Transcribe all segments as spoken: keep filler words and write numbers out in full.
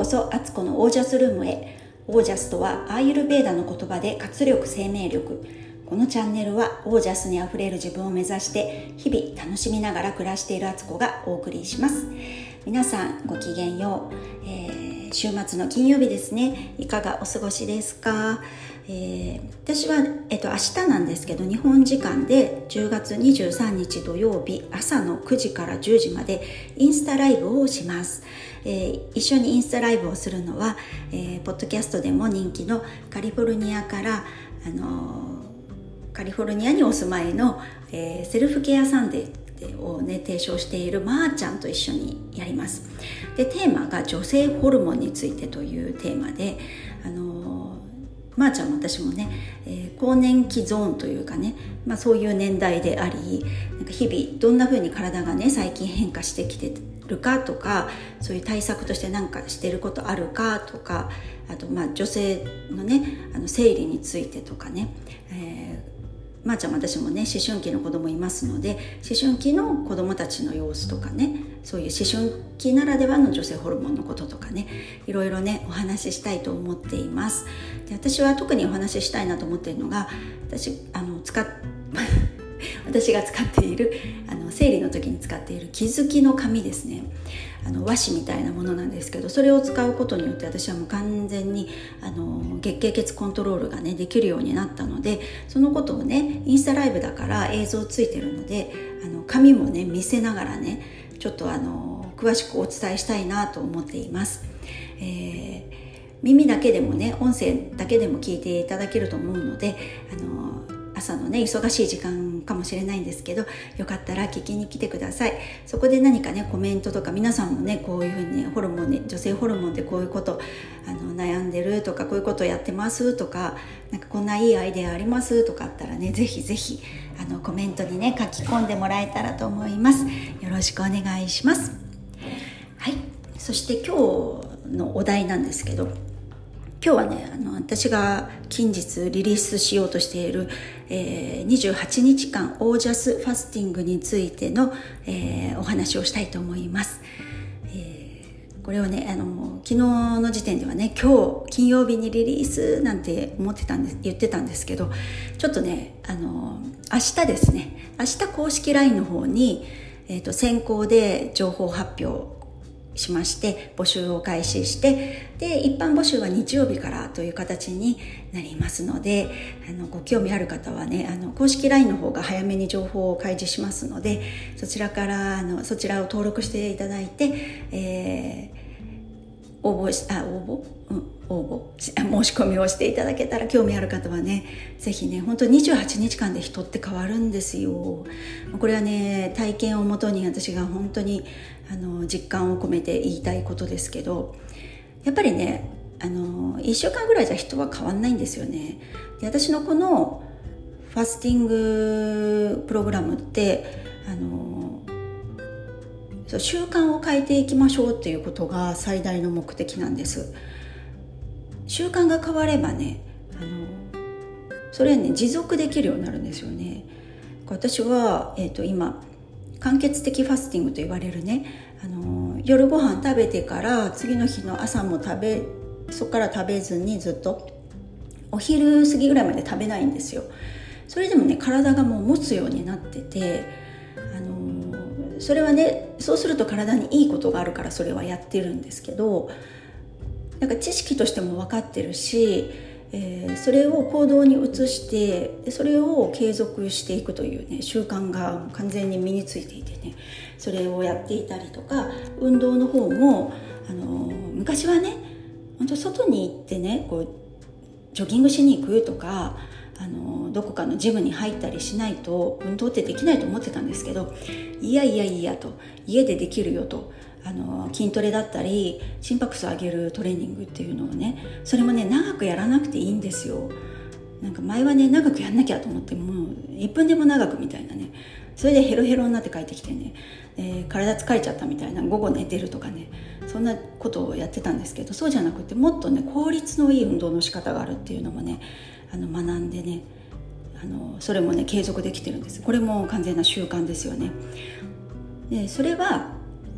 こそアツコのオージャスルームへ。オージャスとはアーユルヴェーダの言葉で活力、生命力。このチャンネルはオージャスにあふれる自分を目指して日々楽しみながら暮らしているアツコがお送りします。皆さんごきげんよう、えー、週末の金曜日ですね。いかがお過ごしですか？えー、私は、えっと、明日なんですけど、日本時間でじゅうがつにじゅうさんにち土曜日朝のくじからじゅうじまでインスタライブをします。えー、一緒にインスタライブをするのは、えー、ポッドキャストでも人気のカリフォルニアから、あのー、カリフォルニアにお住まいの、えー、セルフケアサンデーを、ね、提唱しているまーちゃんと一緒にやります。で、テーマが女性ホルモンについてというテーマで、あのーまーちゃんも私もね、えー、更年期ゾーンというかね、まあ、そういう年代であり、なんか日々どんな風に体がね最近変化してきてるかとか、そういう対策として何かしてることあるかとか、あとまあ女性のねあの生理についてとかね、えーまーちゃんも私もね思春期の子供いますので、思春期の子供たちの様子とかね、そういう思春期ならではの女性ホルモンのこととかね、いろいろねお話ししたいと思っています。で、私は特にお話ししたいなと思っているのが、私あの使っ私が使っているあの生理の時に使っている気づきの紙ですね。あの和紙みたいなものなんですけど、それを使うことによって私はもう完全にあの月経血コントロールがねできるようになったので、そのことをねインスタライブだから映像ついてるので、あの紙もね見せながらねちょっとあの詳しくお伝えしたいなと思っています。えー、耳だけでもね音声だけでも聞いていただけると思うので、あの朝のね忙しい時間かもしれないんですけど、よかったら聞きに来てください。そこで何かねコメントとか、皆さんもねこういうふうにホルモンね、女性ホルモンでこういうことあの悩んでるとか、こういうことやってますとか、なんかこんないいアイデアありますとかあったらね、ぜひぜひあのコメントにね書き込んでもらえたらと思います。よろしくお願いします。はい、そして今日のお題なんですけど、今日はねあの私が近日リリースしようとしている、えー、にじゅうはちにちかんオージャスファスティングについての、えー、お話をしたいと思います。えー、これをねあの昨日の時点ではね、今日金曜日にリリースなんて思ってたんです言ってたんですけど、ちょっとねあの明日ですね明日公式 ライン の方に、えーと、先行で情報発表しまして募集を開始して、で一般募集は日曜日からという形になりますので、あのご興味ある方はねあの公式 ライン の方が早めに情報を開示しますので、そちらからあのそちらを登録していただいて、えー、応募しあ応募、うん、応募申し込みをしていただけたら、興味ある方はねぜひね、本当ににじゅうはちにちかんで人って変わるんですよ。これはね体験をもとに私が本当にあの実感を込めて言いたいことですけど、やっぱりねあのいっしゅうかんぐらいじゃ人は変わんないんですよね。で、私のこのファスティングプログラムってあのそう習慣を変えていきましょうっていうことが最大の目的なんです。習慣が変わればねあのそれはね持続できるようになるんですよね。私は、えーと、今間欠的ファスティングと言われるね、あの夜ご飯食べてから次の日の朝も食べそこから食べずにずっとお昼過ぎぐらいまで食べないんですよ。それでもね体がもう持つようになってて、あのそれはねそうすると体にいいことがあるからそれはやってるんですけど、なんか知識としても分かってるし、えー、それを行動に移してでそれを継続していくというね習慣が完全に身についていてね、それをやっていたりとか、運動の方もあのー、昔はね本当外に行ってねこうジョギングしに行くとか、あのー、どこかのジムに入ったりしないと運動ってできないと思ってたんですけど、いやいやいやと、家でできるよと、あの筋トレだったり心拍数上げるトレーニングっていうのをね、それもね長くやらなくていいんですよ。なんか前はね長くやんなきゃと思ってもういっぷんでも長くみたいなね、それでヘロヘロになって帰ってきてね、えー、体疲れちゃったみたいな、午後寝てるとかね、そんなことをやってたんですけど、そうじゃなくてもっとね効率のいい運動の仕方があるっていうのもねあの学んでね、あのそれもね継続できてるんです。これも完全な習慣ですよね。でそれはあの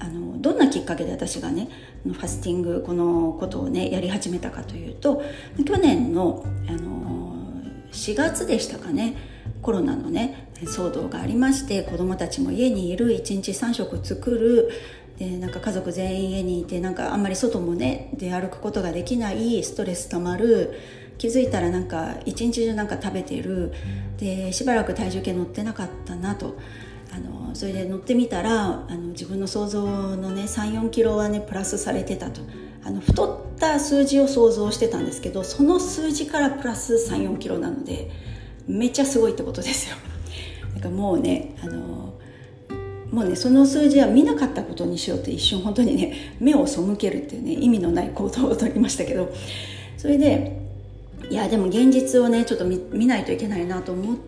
どんなきっかけで私がねファスティングこのことをねやり始めたかというと、去年の、あのしがつでしたかね、コロナのね騒動がありまして、子どもたちも家にいる、いちにちさん食作るで、なんか家族全員家にいて、なんかあんまり外もね出歩くことができない、ストレスたまる、気づいたらなんか一日中なんか食べてるで、しばらく体重計乗ってなかったなと、あのそれで乗ってみたら、あの自分の想像のねさん、よんキロはねプラスされてたと。あの太った数字を想像してたんですけど、その数字からプラスさん、よんキロなので、めっちゃすごいってことですよ。だからもうね、あのもうねその数字は見なかったことにしようって一瞬本当にね目を背けるっていうね意味のない行動をとりましたけど、それでいやでも現実をねちょっと 見, 見ないといけないなと思って、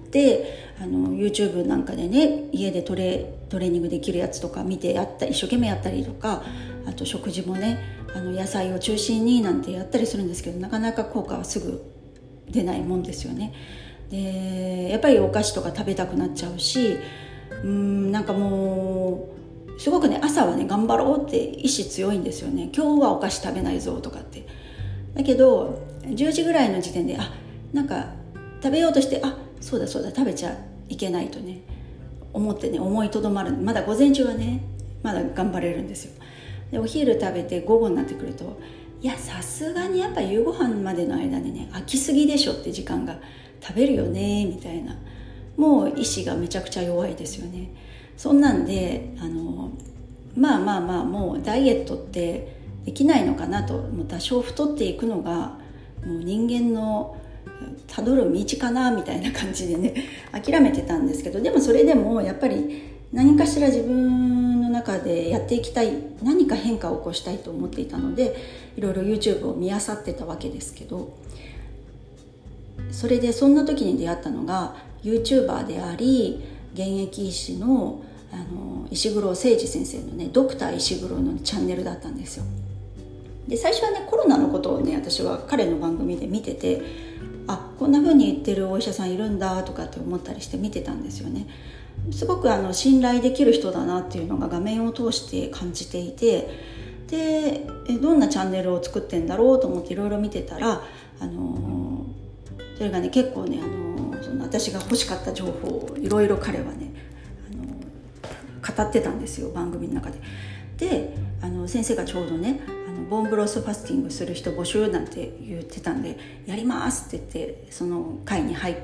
あの YouTube なんかでね家でトレトレーニングできるやつとか見てやった一生懸命やったりとか、あと食事もねあの野菜を中心になんてやったりするんですけど、なかなか効果はすぐ出ないもんですよね。でやっぱりお菓子とか食べたくなっちゃうし、うーんなんかもうすごくね朝はね頑張ろうって意志強いんですよね。今日はお菓子食べないぞとかって。だけどじゅうじぐらいの時点であなんか食べようとして、あそうだそうだ食べちゃいけないとね思ってね思いとどまる。まだ午前中はねまだ頑張れるんですよ。でお昼食べて午後になってくると、いやさすがにやっぱ夕ご飯までの間にね飽きすぎでしょって時間が、食べるよねみたいな、もう意志がめちゃくちゃ弱いですよね。そんなんであのまあまあまあもうダイエットってできないのかなと、もう多少太っていくのがもう人間のたどる道かなみたいな感じでね諦めてたんですけど、でもそれでもやっぱり何かしら自分の中でやっていきたい、何か変化を起こしたいと思っていたので、いろいろ YouTube を見漁ってたわけですけど、それでそんな時に出会ったのが YouTuber であり現役医師の、あの石黒誠二先生のねドクター石黒のチャンネルだったんですよ。で最初はねコロナのことをね私は彼の番組で見てて、あこんな風に言ってるお医者さんいるんだとかって思ったりして見てたんですよね。すごくあの信頼できる人だなっていうのが画面を通して感じていて、でどんなチャンネルを作ってんだろうと思っていろいろ見てたら、あのそれがね結構ね、あのその私が欲しかった情報をいろいろ彼はね、あの語ってたんですよ番組の中で。であの先生がちょうどねあのボーンブロスファスティングする人募集なんて言ってたんで、やりますって言ってその会に入って、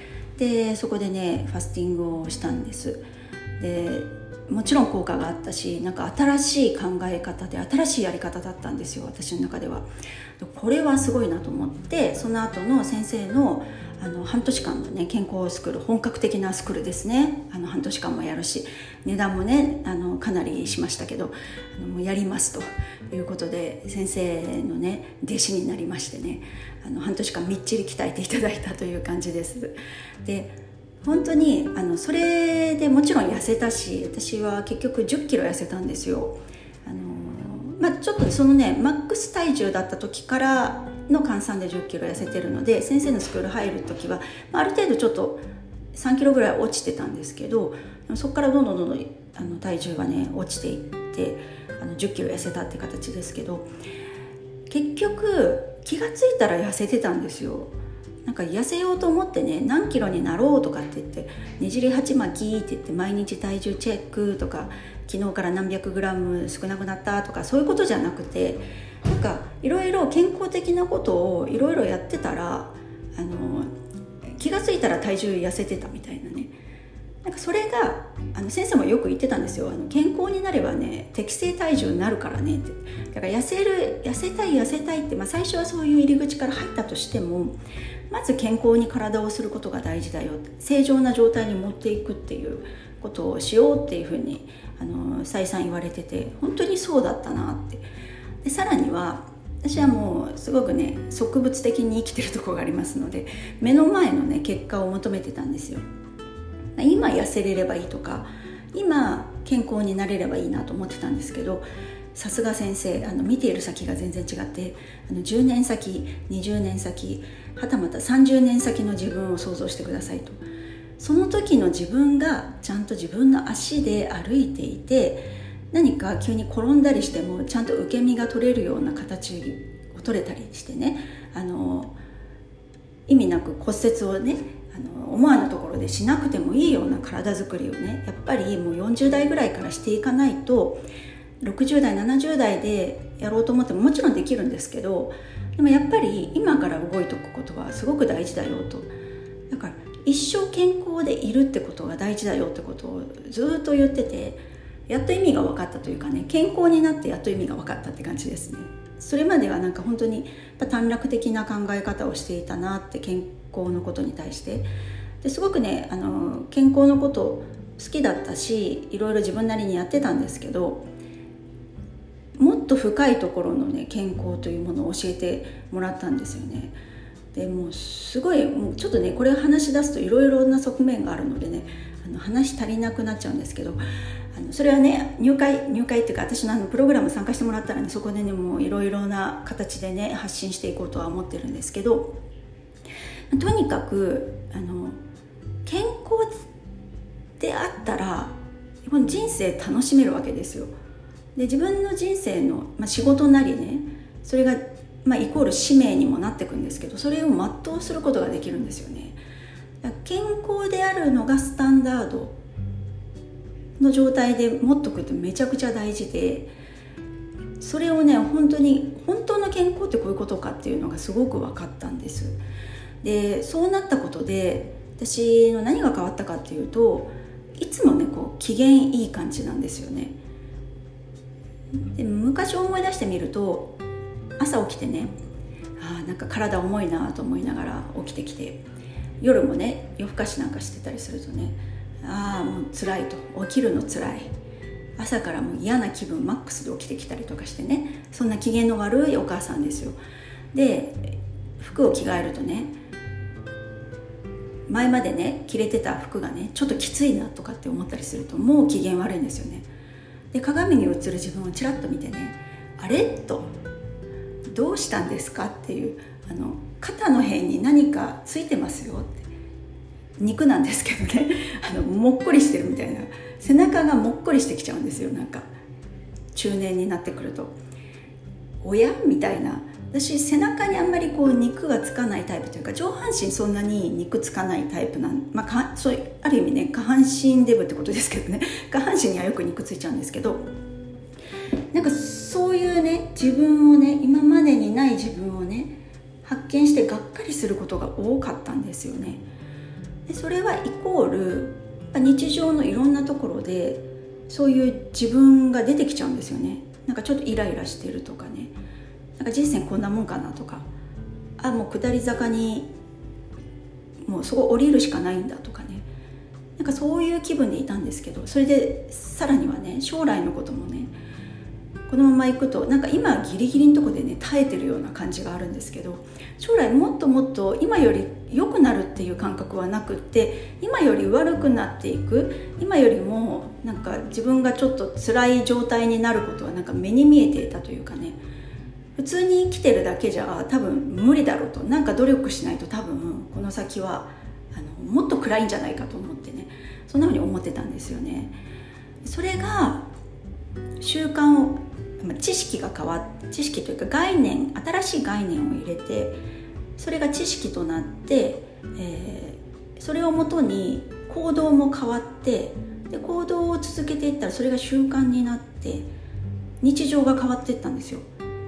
でそこでねファスティングをしたんです。でもちろん効果があったし、なんか新しい考え方で新しいやり方だったんですよ私の中では。これはすごいなと思って、その後の先生のあの半年間のね健康スクール、本格的なスクールですね、あの半年間もやるし、値段もねあのかなりしましたけど、あのもうやりますということで先生のね弟子になりましてね、あの半年間みっちり鍛えていただいたという感じです。で本当にあのそれでもちろん痩せたし、私は結局じゅっキロ痩せたんですよ。あのまあ、ちょっとそのねマックス体重だった時からの換算でじゅっキロ痩せてるので、先生のスクール入る時は、まあ、ある程度ちょっとさんキロぐらい落ちてたんですけど、そこからどんどんどんどんあの体重がね落ちていってあのじゅっキロ痩せたって形ですけど、結局気がついたら痩せてたんですよ。なんか痩せようと思ってね何キロになろうとかって言ってねじり鉢巻きって言って毎日体重チェックとか、昨日から何百グラム少なくなったとかそういうことじゃなくて、なんかいろいろ健康的なことをいろいろやってたら、あの気がついたら体重痩せてたみたいなね。なんかそれがあの先生もよく言ってたんですよ。あの健康になればね適正体重になるからねって。だから痩せる痩せたい痩せたいって、まあ、最初はそういう入り口から入ったとしても、まず健康に体をすることが大事だよ、正常な状態に持っていくっていうことをしようっていうふうにあの再三言われてて、本当にそうだったなって。でさらには私はもうすごくね植物的に生きてるところがありますので、目の前のね結果を求めてたんですよ。今痩せれればいいとか、今健康になれればいいなと思ってたんですけど、さすが先生、あの見ている先が全然違って、あのじゅうねん先にじゅうねん先はたまたさんじゅうねん先の自分を想像してくださいと。その時の自分がちゃんと自分の足で歩いていて、 何か急に転んだりしてもちゃんと受け身が取れるような形を取れたりしてね、あの意味なく骨折をねあの思わぬところでしなくてもいいような体づくりをね、やっぱりもうよんじゅう代ぐらいからしていかないと、ろくじゅう代ななじゅう代でやろうと思ってももちろんできるんですけど、でもやっぱり今から動いておくことはすごく大事だよと。だから一生健康でいるってことが大事だよってことをずっと言ってて、やっと意味が分かったというかね、健康になってやっと意味が分かったって感じですね。それまではなんか本当に短絡的な考え方をしていたなって、健康のことに対してですごくね、あの健康のこと好きだったし、いろいろ自分なりにやってたんですけど、もっと深いところのね健康というものを教えてもらったんですよね。でもうすごい、もうちょっとねこれを話し出すといろいろな側面があるのでね、あの話足りなくなっちゃうんですけど、あのそれはね入会入会っていうか、私のあのプログラム参加してもらったらね、そこでねもういろいろな形でね発信していこうとは思ってるんですけど、とにかくあの健康であったらこの人生楽しめるわけですよ。で自分の人生の、まあ、仕事なりね、それが、まあ、イコール使命にもなっていくんですけど、それを全うすることができるんですよね。だから健康であるのがスタンダードの状態で持っとくってめちゃくちゃ大事で、それをね本当に本当の健康ってこういうことかっていうのがすごく分かったんです。でそうなったことで私の何が変わったかっていうと、いつもねこう機嫌いい感じなんですよね。で昔を思い出してみると、朝起きてね、あーなんか体重いなと思いながら起きてきて、夜もね夜更かしなんかしてたりするとね、ああもう辛いと、起きるの辛い、朝からもう嫌な気分マックスで起きてきたりとかしてね、そんな機嫌の悪いお母さんですよ。で服を着替えるとね、前までね着れてた服がねちょっときついなとかって思ったりすると、もう機嫌悪いんですよね。で鏡に映る自分をちらっと見てね、あれと、どうしたんですかっていう、あの肩の辺に何かついてますよって、肉なんですけどねあのもっこりしてるみたいな、背中がもっこりしてきちゃうんですよ。なんか中年になってくると、おやみたいな。私背中にあんまりこう肉がつかないタイプというか、上半身そんなに肉つかないタイプなん、まあ、かそうある意味ね下半身デブってことですけどね、下半身にはよく肉ついちゃうんですけど、なんかそういうね自分をね、今までにない自分をね発見してがっかりすることが多かったんですよね。でそれはイコール日常のいろんなところでそういう自分が出てきちゃうんですよね。なんかちょっとイライラしてるとかね、なんか人生こんなもんかなとか、あもう下り坂にもうそこ降りるしかないんだとかね、なんかそういう気分でいたんですけど、それでさらにはね将来のこともね、このまま行くとなんか今ギリギリのとこでね耐えてるような感じがあるんですけど、将来もっともっと今より良くなるっていう感覚はなくって、今より悪くなっていく、今よりもなんか自分がちょっと辛い状態になることはなんか目に見えていたというかね、普通に生きてるだけじゃ多分無理だろうと、なんか努力しないと多分この先はあのもっと暗いんじゃないかと思ってね、そんなふうに思ってたんですよね。それが習慣を知識が変わっ知識というか概念、新しい概念を入れて、それが知識となって、えー、それをもとに行動も変わって、で行動を続けていったらそれが習慣になって日常が変わっていったんですよ。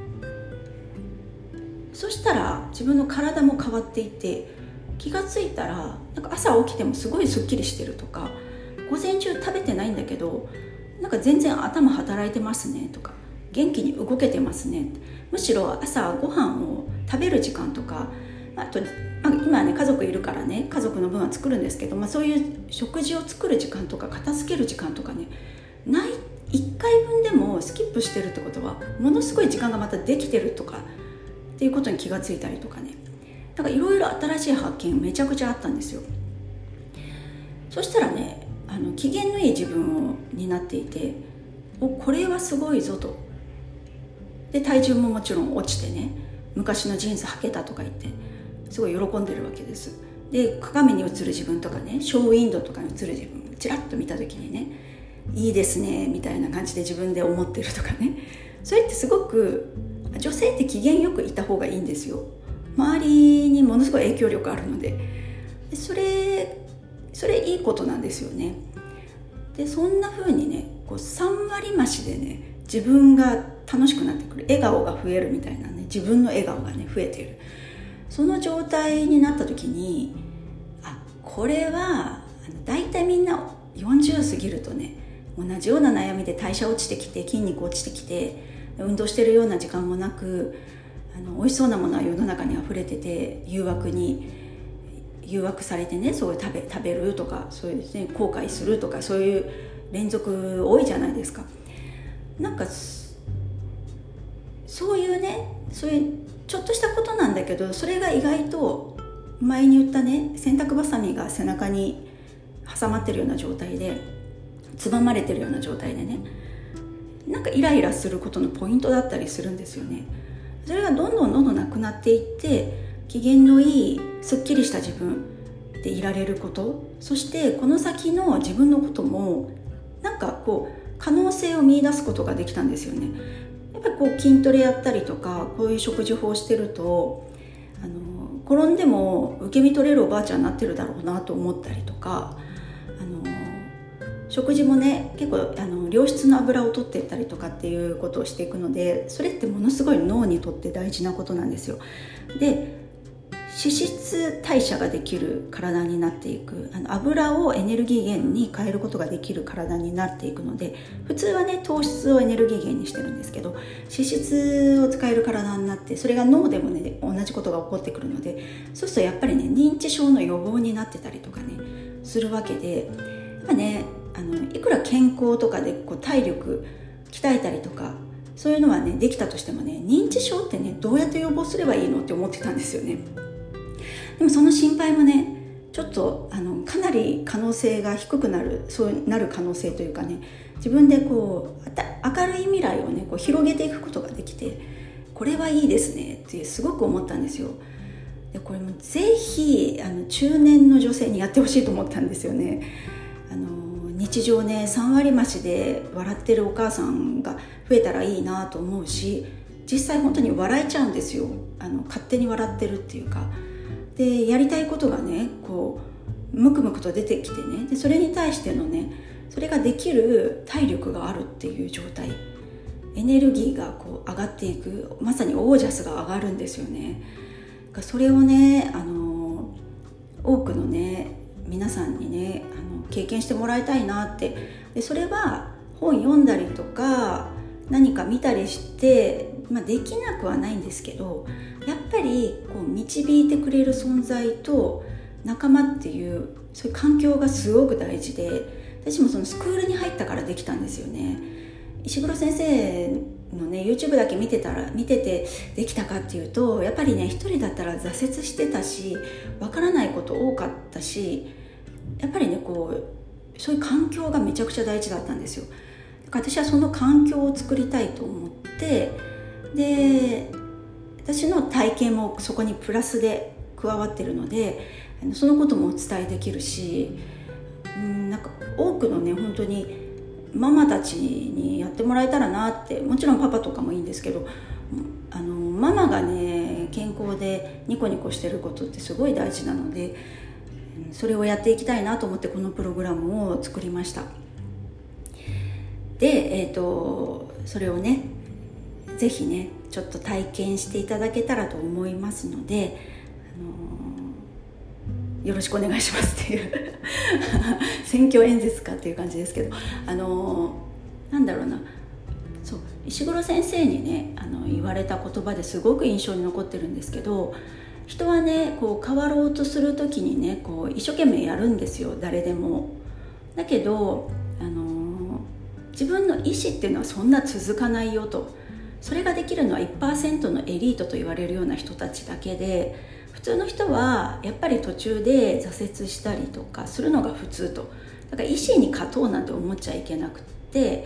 そしたら自分の体も変わっていて、気がついたらなんか朝起きてもすごいすっきりしてるとか、午前中食べてないんだけどなんか全然頭働いてますねとか、元気に動けてますね、むしろ朝ご飯を食べる時間とか、あと、まあ、今はね家族いるからね家族の分は作るんですけど、まあ、そういう食事を作る時間とか片付ける時間とかねない、いっかいぶんでもスキップしてるってことはものすごい時間がまたできてるとかっていうことに気がついたりとかね、だからいろいろ新しい発見めちゃくちゃあったんですよ。そしたらね、あの機嫌のいい自分をになっていて、おこれはすごいぞと。で体重ももちろん落ちてね、昔のジーンズ履けたとか言ってすごい喜んでるわけです。で鏡に映る自分とかね、ショーウィンドウとかに映る自分をちらっと見た時にね、 いいですねみたいな感じで自分で思ってるとかね、それってすごく女性って機嫌よくいた方がいいんですよ。周りにものすごい影響力あるので、それそれいいことなんですよね。でそんな風にねこうさん割増しでね自分が楽しくなってくる、笑顔が増えるみたいなね、自分の笑顔がね増えている、その状態になった時に、あ、これはだいたいみんなよんじゅう過ぎるとね同じような悩みで代謝落ちてきて筋肉落ちてきて運動してるような時間もなく、あの美味しそうなものは世の中に溢れてて誘惑に誘惑されてね、そういう食べ食べるとかそういう、ね、後悔するとかそういう連続多いじゃないですか。なんかそういうねそういうちょっとしたことなんだけど、それが意外と前に言ったね洗濯ばさみが背中に挟まってるような状態でつばまれてるような状態でね、なんかイライラすることのポイントだったりするんですよね。それがどんどんどんどんなくなっていって、機嫌のいいすっきりした自分でいられること、そしてこの先の自分のこともなんかこう可能性を見出すことができたんですよね。やっぱりこう筋トレやったりとかこういう食事法をしてると、あの転んでも受け身取れるおばあちゃんになってるだろうなと思ったりとか、あの食事もね結構あの良質の油を取っていったりとかっていうことをしていくので、それってものすごい脳にとって大事なことなんですよ。で脂質代謝ができる体になっていく、あの油をエネルギー源に変えることができる体になっていくので、普通はね糖質をエネルギー源にしてるんですけど、脂質を使える体になって、それが脳でもね同じことが起こってくるので、そうするとやっぱりね認知症の予防になってたりとかねするわけで、やっぱねあのいくら健康とかでこう体力鍛えたりとかそういうのはねできたとしてもね、認知症ってねどうやって予防すればいいのって思ってたんですよね。でもその心配もねちょっとあのかなり可能性が低くなる、そうなる可能性というかね、自分でこう明るい未来をねこう広げていくことができて、これはいいですねってすごく思ったんですよ。でこれもぜひあの中年の女性にやってほしいと思ったんですよね。あの日常ねさん割増しで笑ってるお母さんが増えたらいいなと思うし、実際本当に笑えちゃうんですよ。あの勝手に笑ってるっていうか、でやりたいことがねこうムクムクと出てきてね、でそれに対してのねそれができる体力があるっていう状態、エネルギーがこう上がっていく、まさにオージャスが上がるんですよね。それをねあの多くのね皆さんにねあの経験してもらいたいなって。でそれは本読んだりとか何か見たりして、まあ、できなくはないんですけど、やっぱりこう導いてくれる存在と仲間っていうそういう環境がすごく大事で、私もそのスクールに入ったからできたんですよね。石黒先生のね YouTube だけ見てたら見ててできたかっていうと、やっぱりね一人だったら挫折してたし、わからないこと多かったし、やっぱりねこうそういう環境がめちゃくちゃ大事だったんですよ。だから私はその環境を作りたいと思って、で私の体験もそこにプラスで加わってるので、そのこともお伝えできるし、うん、なんか多くのね本当にママたちにやってもらえたらなって、もちろんパパとかもいいんですけど、あのママがね健康でニコニコしてることってすごい大事なので、それをやっていきたいなと思ってこのプログラムを作りました。で、えーと、それをねぜひねちょっと体験していただけたらと思いますので、あのー、よろしくお願いしますっていう選挙演説かっていう感じですけど、あのー、なんだろうな、そう石黒先生にねあの言われた言葉ですごく印象に残ってるんですけど、人はねこう変わろうとする時にねこう一生懸命やるんですよ、誰でも。だけど、あのー、自分の意思っていうのはそんな続かないよと。それができるのは いちパーセント のエリートと言われるような人たちだけで、普通の人はやっぱり途中で挫折したりとかするのが普通と。だから意思に勝とうなんて思っちゃいけなくって、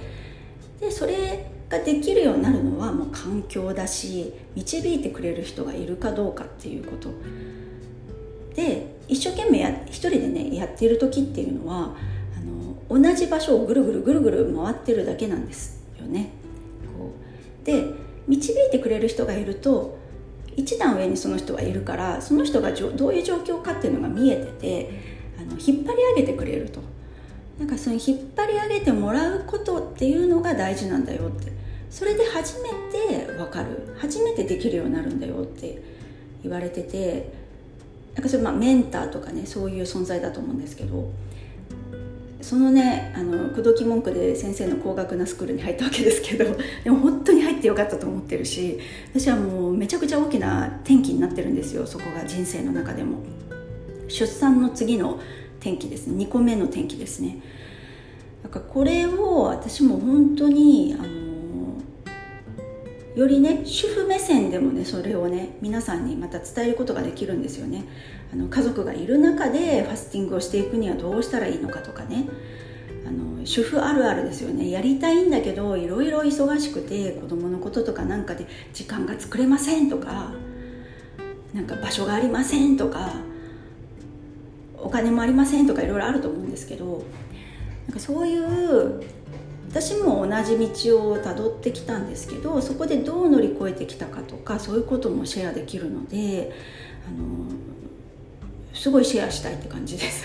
でそれができるようになるのはもう環境だし、導いてくれる人がいるかどうかっていうことで、一生懸命や一人でねやっている時っていうのはあの同じ場所をぐるぐるぐるぐる回ってるだけなんですよね。こうで導いてくれる人がいると一段上にその人がいるから、その人がどういう状況かっていうのが見えてて、あの引っ張り上げてくれると。なんかその引っ張り上げてもらうことっていうのが大事なんだよって、それで初めて分かる、初めてできるようになるんだよって言われてて、なんかそれまあメンターとかね、そういう存在だと思うんですけど、そのね、あの口説き文句で先生の高額なスクールに入ったわけですけど、でも本当に入ってよかったと思ってるし、私はもうめちゃくちゃ大きな転機になってるんですよ。そこが人生の中でも出産の次の転機ですね、にこめの転機ですね。だからこれを私も本当にあのよりね、主婦目線でもね、それをね皆さんにまた伝えることができるんですよね。あの家族がいる中でファスティングをしていくにはどうしたらいいのかとかね、あの主婦あるあるですよね。やりたいんだけどいろいろ忙しくて子供のこととかなんかで時間が作れませんとか、なんか場所がありませんとか、お金もありませんとかいろいろあると思うんですけど、なんかそういう私も同じ道をたどってきたんですけど、そこでどう乗り越えてきたかとか、そういうこともシェアできるので、あのすごいシェアしたいって感じです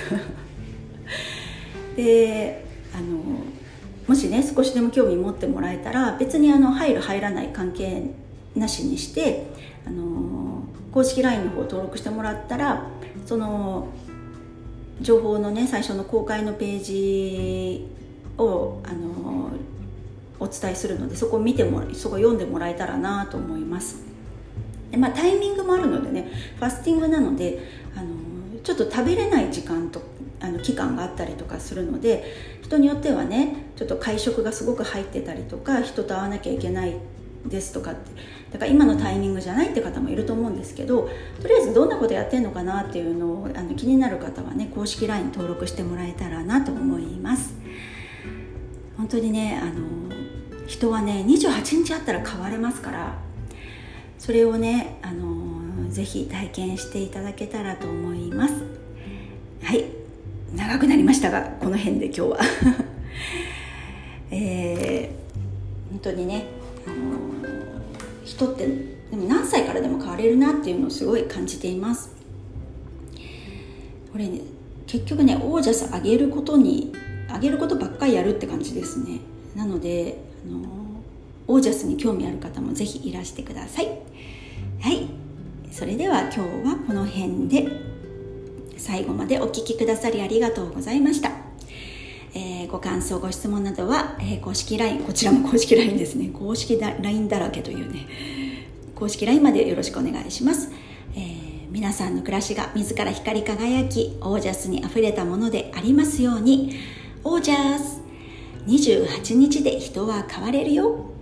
で、あのもしね少しでも興味持ってもらえたら、別にあの入る入らない関係なしにして、あの公式 ライン の方登録してもらったら、その情報のね最初の公開のページをあのお伝えするので、そこを見てもそこを読んでもらえたらなと思います。で、まあ、タイミングもあるのでね、ファスティングなのであのちょっと食べれない時間とあの期間があったりとかするので、人によってはねちょっと会食がすごく入ってたりとか、人と会わなきゃいけないですとかって、だから今のタイミングじゃないって方もいると思うんですけど、とりあえずどんなことやってんのかなっていうのをあの気になる方はね公式 ライン 登録してもらえたらなと思います。本当にね、あの人はねにじゅうはちにちあったら変われますから、それをねあのぜひ体験していただけたらと思います。はい、長くなりましたがこの辺で今日は、えー、本当にね、あの人ってでも何歳からでも変われるなっていうのをすごい感じています。これ、ね、結局ねオージャス上げることに上げることばっかりやるって感じですね。なのであのオージャスに興味ある方もぜひいらしてください。はい、それでは今日はこの辺で、最後までお聞きくださりありがとうございました。えー、ご感想ご質問などは、えー、公式 ライン、 こちらも公式 ライン ですね。公式 ライン だらけというね、公式 ライン までよろしくお願いします。えー皆さんの暮らしが自ら光り輝き、オージャスにあふれたものでありますように。オージャスにじゅうはちにちで人は変われるよ。